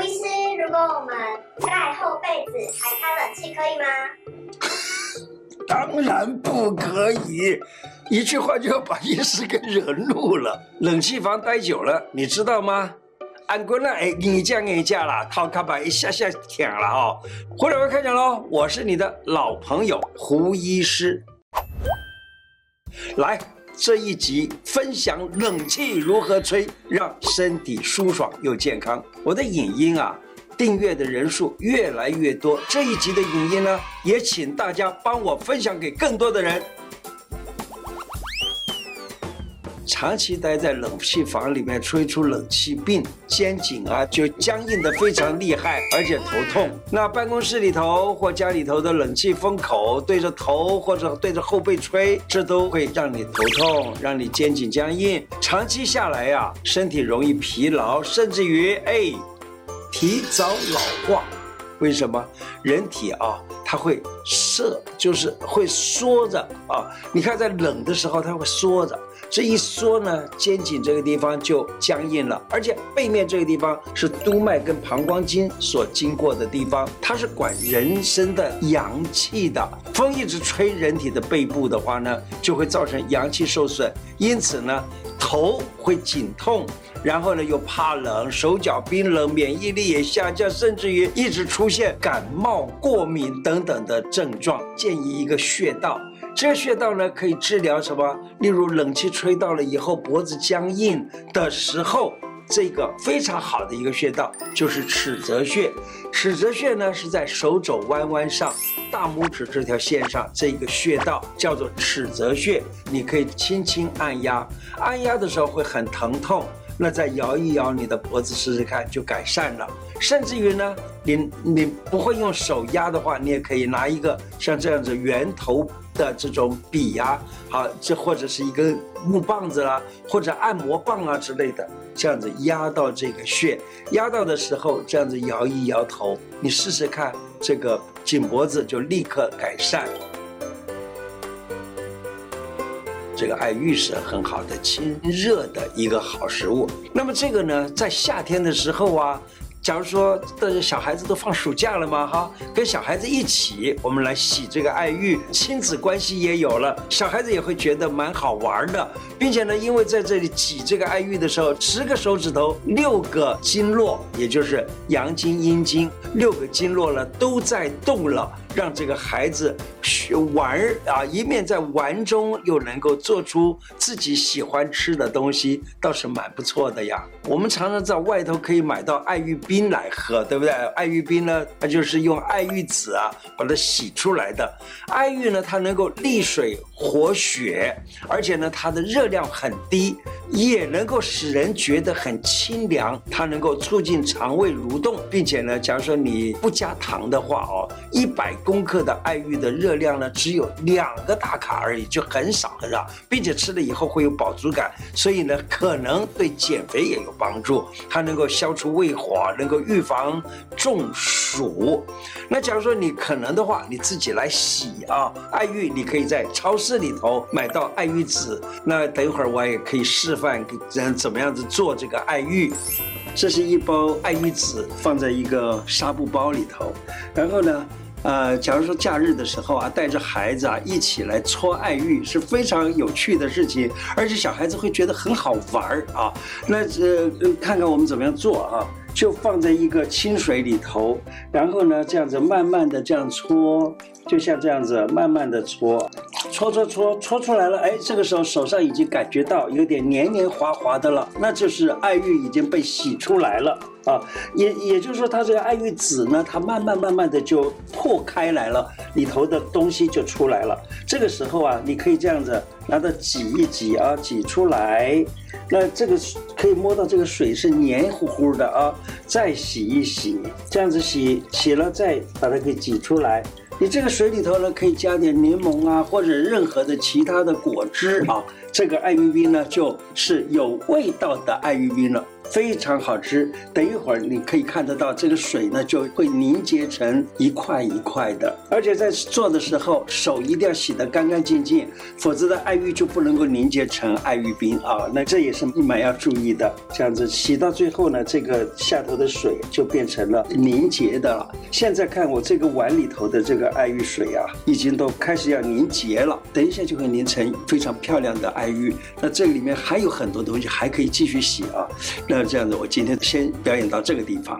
医师，如果我们盖厚被子还开冷气，可以吗？ 当然不可以，一句话就要把医师给惹怒了。冷气房待久了，你知道吗？按过来，你这啦，套卡把一下舔了哦。回来我开讲喽，我是你的老朋友胡医师。来，这一集分享冷气如何吹，让身体舒爽又健康。我的影音啊，订阅的人数越来越多，这一集的影音呢，也请大家帮我分享给更多的人。长期待在冷气房里面，吹出冷气病，肩颈啊就僵硬得非常厉害，而且头痛。那办公室里头或家里头的冷气风口对着头或者对着后背吹，这都会让你头痛，让你肩颈僵硬。长期下来呀，身体容易疲劳，甚至于提早老化。为什么？人体啊，它会就是会缩着啊。你看，在冷的时候，它会缩着。这一缩呢，肩颈这个地方就僵硬了，而且背面这个地方是督脉跟膀胱经所经过的地方，它是管人身的阳气的。风一直吹人体的背部的话呢，就会造成阳气受损，因此呢，头会紧痛，然后呢又怕冷，手脚冰冷，免疫力也下降，甚至于一直出现感冒、过敏等等的症状。建议一个穴道。这个穴道呢，可以治疗什么？例如冷气吹到了以后，脖子僵硬的时候，这个非常好的一个穴道就是尺泽穴。尺泽穴呢是在手肘弯弯上，大拇指这条线上，这个穴道叫做尺泽穴。你可以轻轻按压，按压的时候会很疼痛。那再摇一摇你的脖子试试看，就改善了。甚至于呢，你不会用手压的话，你也可以拿一个像这样子圆头的这种笔啊，好，这或者是一根木棒子啦，或者按摩棒啊之类的，这样子压到这个穴，压到的时候这样子摇一摇头，你试试看，这个颈脖子就立刻改善。这个爱玉是很好的清热的一个好食物。那么这个呢，在夏天的时候啊，假如说的小孩子都放暑假了嘛，哈，跟小孩子一起，我们来洗这个爱玉，亲子关系也有了，小孩子也会觉得蛮好玩的，并且呢，因为在这里挤这个爱玉的时候，10个手指头，6个经络，也就是阳经、阴经，6个经络呢都在动了。让这个孩子玩啊，一面在玩中又能够做出自己喜欢吃的东西，倒是蛮不错的呀。我们常常在外头可以买到爱玉冰来喝，对不对？爱玉冰呢，它就是用爱玉籽啊把它洗出来的。爱玉呢，它能够利水活血，而且呢，它的热量很低，也能够使人觉得很清凉。它能够促进肠胃蠕动，并且呢，假如说你不加糖的话100公克的爱玉的热量呢，只有2个大卡而已，就很少很少，并且吃了以后会有饱足感，所以呢，可能对减肥也有帮助。它能够消除胃火，能够预防中暑。那假如说你可能的话，你自己来洗啊，爱玉你可以在超市里头买到爱玉籽。那等一会儿我也可以示范人怎么样子做这个爱玉。这是一包爱玉籽，放在一个纱布包里头，然后呢，假如说假日的时候啊，带着孩子啊一起来搓爱玉是非常有趣的事情，而且小孩子会觉得很好玩啊。那看看我们怎么样做啊？就放在一个清水里头，然后呢，这样子慢慢的这样搓，就像这样子慢慢的搓出来了。这个时候手上已经感觉到有点黏黏滑滑的了，那就是爱玉已经被洗出来了啊。也就是说，它这个爱玉籽呢，它慢慢的就破开来了，里头的东西就出来了。这个时候啊，你可以这样子拿它挤一挤啊，挤出来。那这个可以摸到这个水是黏糊糊的啊，再洗一洗，这样子洗了再把它给挤出来。你这个水里头呢，可以加点柠檬啊，或者任何的其他的果汁啊。这个爱玉冰呢，就是有味道的爱玉冰了。 非常好吃。等一会儿你可以看得到这个水呢就会凝结成一块一块的，而且在做的时候手一定要洗得干干净净，否则的爱玉就不能够凝结成爱玉冰啊。那这也是蛮要注意的。这样子洗到最后呢，这个下头的水就变成了凝结的了。现在看我这个碗里头的这个爱玉水啊，已经都开始要凝结了，等一下就会凝成非常漂亮的爱玉。那这里面还有很多东西还可以继续洗啊。那这样子我今天先表演到这个地方。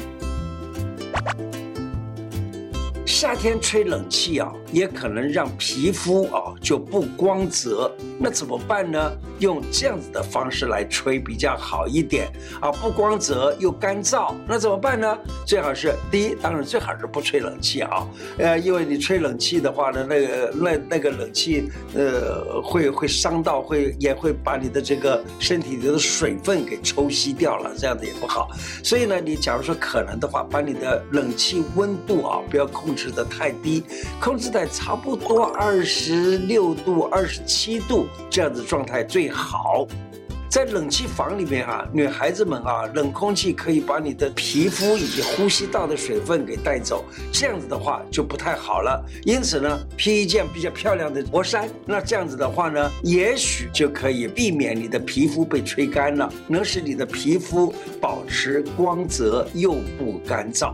夏天吹冷气啊，也可能让皮肤啊就不光泽。那怎么办呢？用这样子的方式来吹比较好一点啊，不光泽又干燥。那怎么办呢？最好是第一，当然最好是不吹冷气啊，因为你吹冷气的话呢，那个冷气会伤到，也会把你的这个身体里的水分给抽吸掉了，这样子也不好。所以呢，你假如说可能的话，把你的冷气温度啊不要控制得太低，控制在差不多26度、27度这样子状态最好。在冷气房里面啊，女孩子们啊，冷空气可以把你的皮肤以及呼吸道的水分给带走，这样子的话就不太好了。因此呢，披一件比较漂亮的薄衫，那这样子的话呢，也许就可以避免你的皮肤被吹干了，能使你的皮肤保持光泽又不干燥。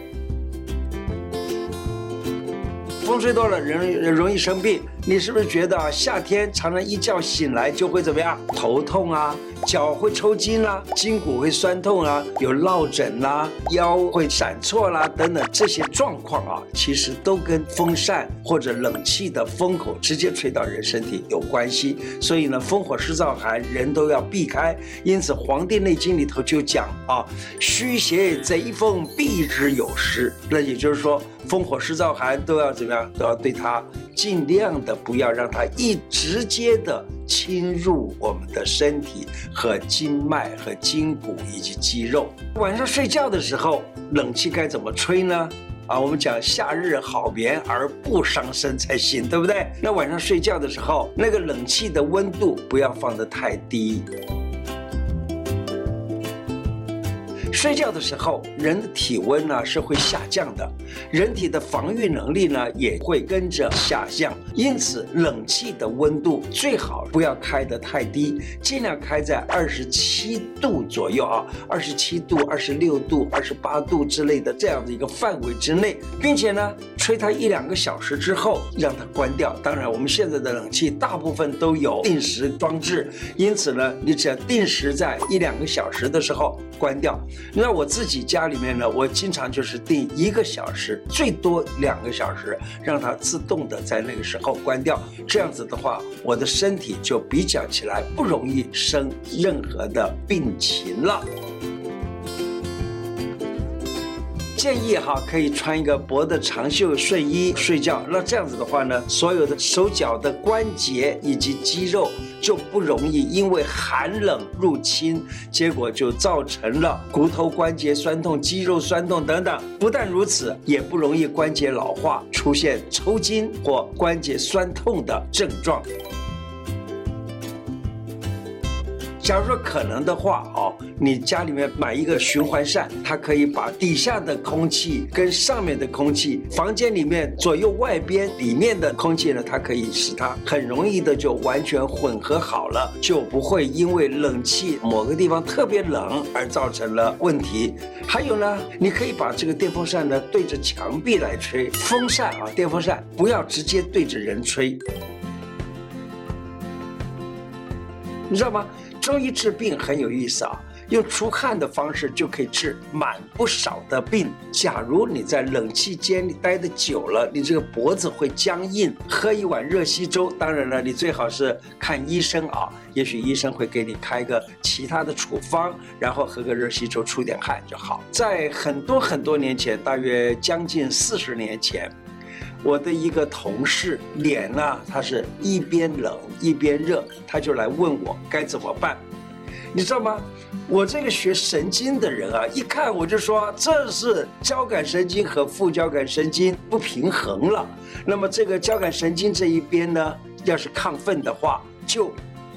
风吹多了，人容易生病。你是不是觉得啊，夏天常常一觉醒来就会怎么样？头痛啊，脚会抽筋啦，筋骨会酸痛啊，有落枕啦，腰会闪挫啦，等等这些状况啊，其实都跟风扇或者冷气的风口直接吹到人身体有关系。所以呢，风火湿燥寒人都要避开。因此，《黄帝内经》里头就讲啊，虚邪贼风避之有时。那也就是说，风火湿燥寒都要怎么样？都要对它尽量的不要让它直接的侵入我们的身体和经脉和筋骨以及肌肉。晚上睡觉的时候，冷气该怎么吹呢？我们讲夏日好眠而不伤身才行，对不对？那晚上睡觉的时候，那个冷气的温度不要放得太低。睡觉的时候，人的体温呢是会下降的，人体的防御能力呢也会跟着下降，因此冷气的温度最好不要开得太低，尽量开在27度左右啊，27度、26度、28度之类的这样的一个范围之内，并且呢，吹它1-2个小时之后让它关掉。当然，我们现在的冷气大部分都有定时装置，因此呢，你只要定时在1-2个小时的时候关掉。那我自己家里面呢，我经常就是定1个小时，最多2个小时，让它自动的在那个时候关掉。这样子的话，我的身体就比较起来不容易生任何的病情了。建议可以穿一个薄的长袖睡衣睡觉。那这样子的话呢，所有的手脚的关节以及肌肉就不容易因为寒冷入侵，结果就造成了骨头关节酸痛、肌肉酸痛等等。不但如此，也不容易关节老化，出现抽筋或关节酸痛的症状。假如说可能的话你家里面买一个循环扇，它可以把底下的空气跟上面的空气，房间里面左右外边里面的空气呢，它可以使它很容易的就完全混合好了，就不会因为冷气某个地方特别冷而造成了问题。还有呢，你可以把这个电风扇呢对着墙壁来吹，风扇电风扇不要直接对着人吹，你知道吗？中医治病很有意思用出汗的方式就可以治满不少的病。假如你在冷气间里待得久了，你这个脖子会僵硬，喝一碗热稀粥，当然了，你最好是看医生也许医生会给你开个其他的处方，然后喝个热稀粥出点汗就好。在很多年前，大约将近40年前，我的一个同事脸呢，他是一边冷一边热，他就来问我该怎么办。你知道吗？我这个学神经的人一看我就说，这是交感神经和副交感神经不平衡了。那么这个交感神经这一边呢，要是亢奋的话，就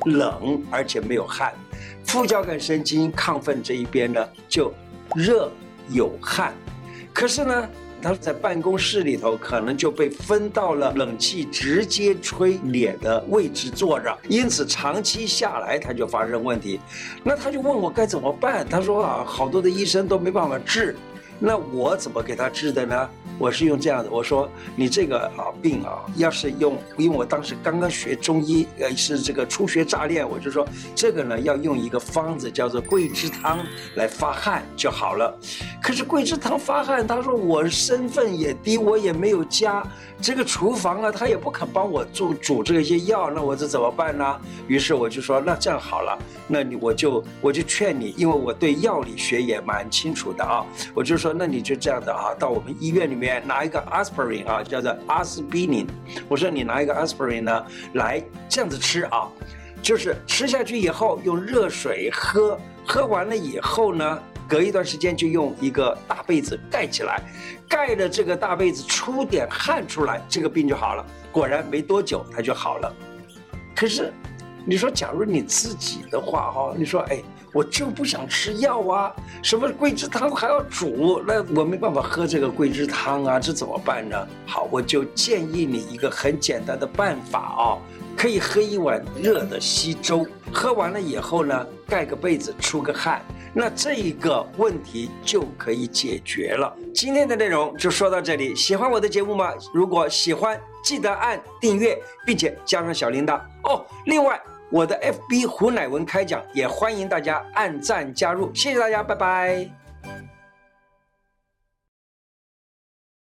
冷而且没有汗，副交感神经亢奋这一边呢就热有汗。可是呢，他在办公室里头可能就被分到了冷气直接吹脸的位置坐着，因此长期下来他就发生问题。那他就问我该怎么办，他说啊，好多的医生都没办法治，那我怎么给他治的呢？我是用这样的，我说你这个病要是用，因为我当时刚刚学中医，是这个初学乍练，我就说这个呢要用一个方子叫做桂枝汤来发汗就好了。可是桂枝汤发汗，他说我身份也低，我也没有家，这个厨房啊他也不肯帮我煮这些药，那我这怎么办呢？于是我就说那这样好了，那我就劝你，因为我对药理学也蛮清楚的啊，我就说那你就这样的到我们医院里面拿一个 aspirin 叫做阿司匹林，我说你拿一个 aspirin 呢来这样子吃就是吃下去以后用热水喝，喝完了以后呢，隔一段时间就用一个大被子盖起来，盖了这个大被子出点汗出来，这个病就好了。果然没多久它就好了。可是你说假如你自己的话你说我就不想吃药啊，什么桂枝汤还要煮，那我没办法喝这个桂枝汤啊，这怎么办呢？好，我就建议你一个很简单的办法可以喝一碗热的稀粥，喝完了以后呢，盖个被子出个汗，那这一个问题就可以解决了。今天的内容就说到这里，喜欢我的节目吗？如果喜欢，记得按订阅，并且加上小铃铛另外我的 FB 胡乃文开讲也欢迎大家按赞加入，谢谢大家，拜拜。